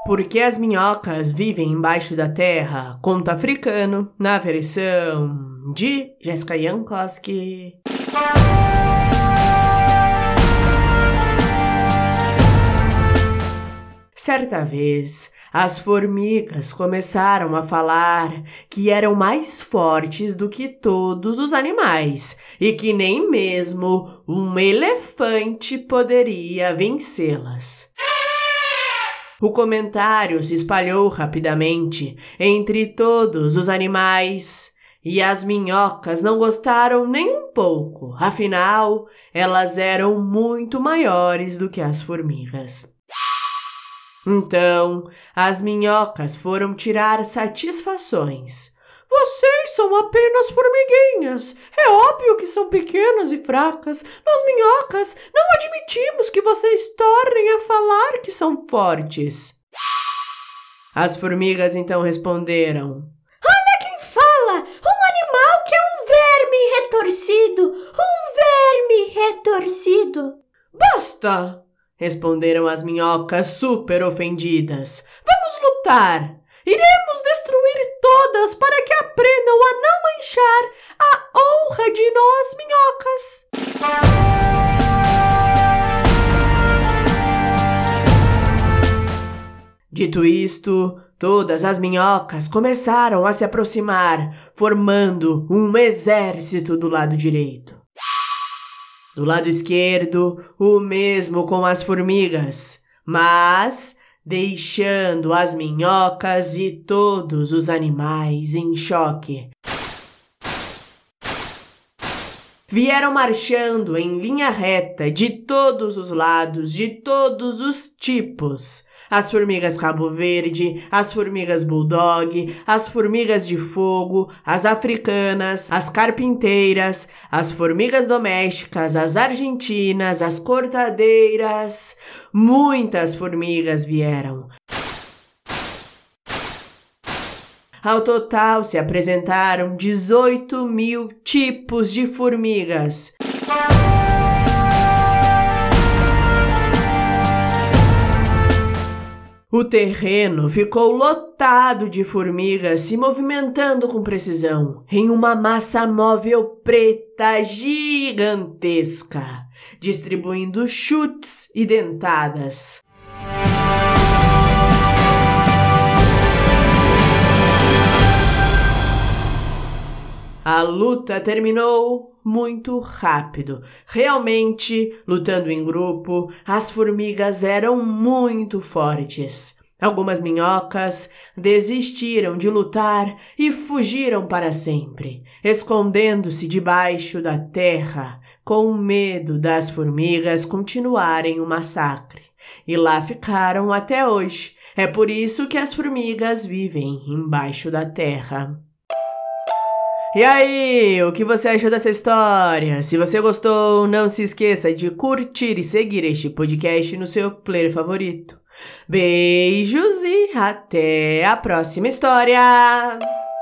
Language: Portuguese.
Por que as minhocas vivem embaixo da terra? Conto africano, na versão de Jessica Jankowski. Certa vez, as formigas começaram a falar que eram mais fortes do que todos os animais e que nem mesmo um elefante poderia vencê-las. O comentário se espalhou rapidamente entre todos os animais e as minhocas não gostaram nem um pouco, afinal, elas eram muito maiores do que as formigas. Então, as minhocas foram tirar satisfações. Vocês são apenas formiguinhas. É óbvio que são pequenas e fracas. Nós, minhocas, não admitimos que vocês tornem a falar que são fortes. As formigas então responderam: Olha quem fala! Um animal que é um verme retorcido! Um verme retorcido! Basta! Responderam as minhocas super ofendidas. Vamos lutar! Iremos destruir todas para que aprendam a não manchar a honra de nós, minhocas. Dito isto, todas as minhocas começaram a se aproximar, formando um exército do lado direito. Do lado esquerdo, o mesmo com as formigas, mas deixando as minhocas e todos os animais em choque. Vieram marchando em linha reta de todos os lados, de todos os tipos. As formigas Cabo Verde, as formigas Bulldog, as formigas de fogo, as africanas, as carpinteiras, as formigas domésticas, as argentinas, as cortadeiras. Muitas formigas vieram. Ao total se apresentaram 18.000 tipos de formigas. O terreno ficou lotado de formigas se movimentando com precisão em uma massa móvel preta gigantesca, distribuindo chutes e dentadas. A luta terminou muito rápido. Realmente, lutando em grupo, as formigas eram muito fortes. Algumas minhocas desistiram de lutar e fugiram para sempre, escondendo-se debaixo da terra, com medo das formigas continuarem o massacre. E lá ficaram até hoje. É por isso que as formigas vivem embaixo da terra. E aí, o que você achou dessa história? Se você gostou, não se esqueça de curtir e seguir este podcast no seu player favorito. Beijos e até a próxima história!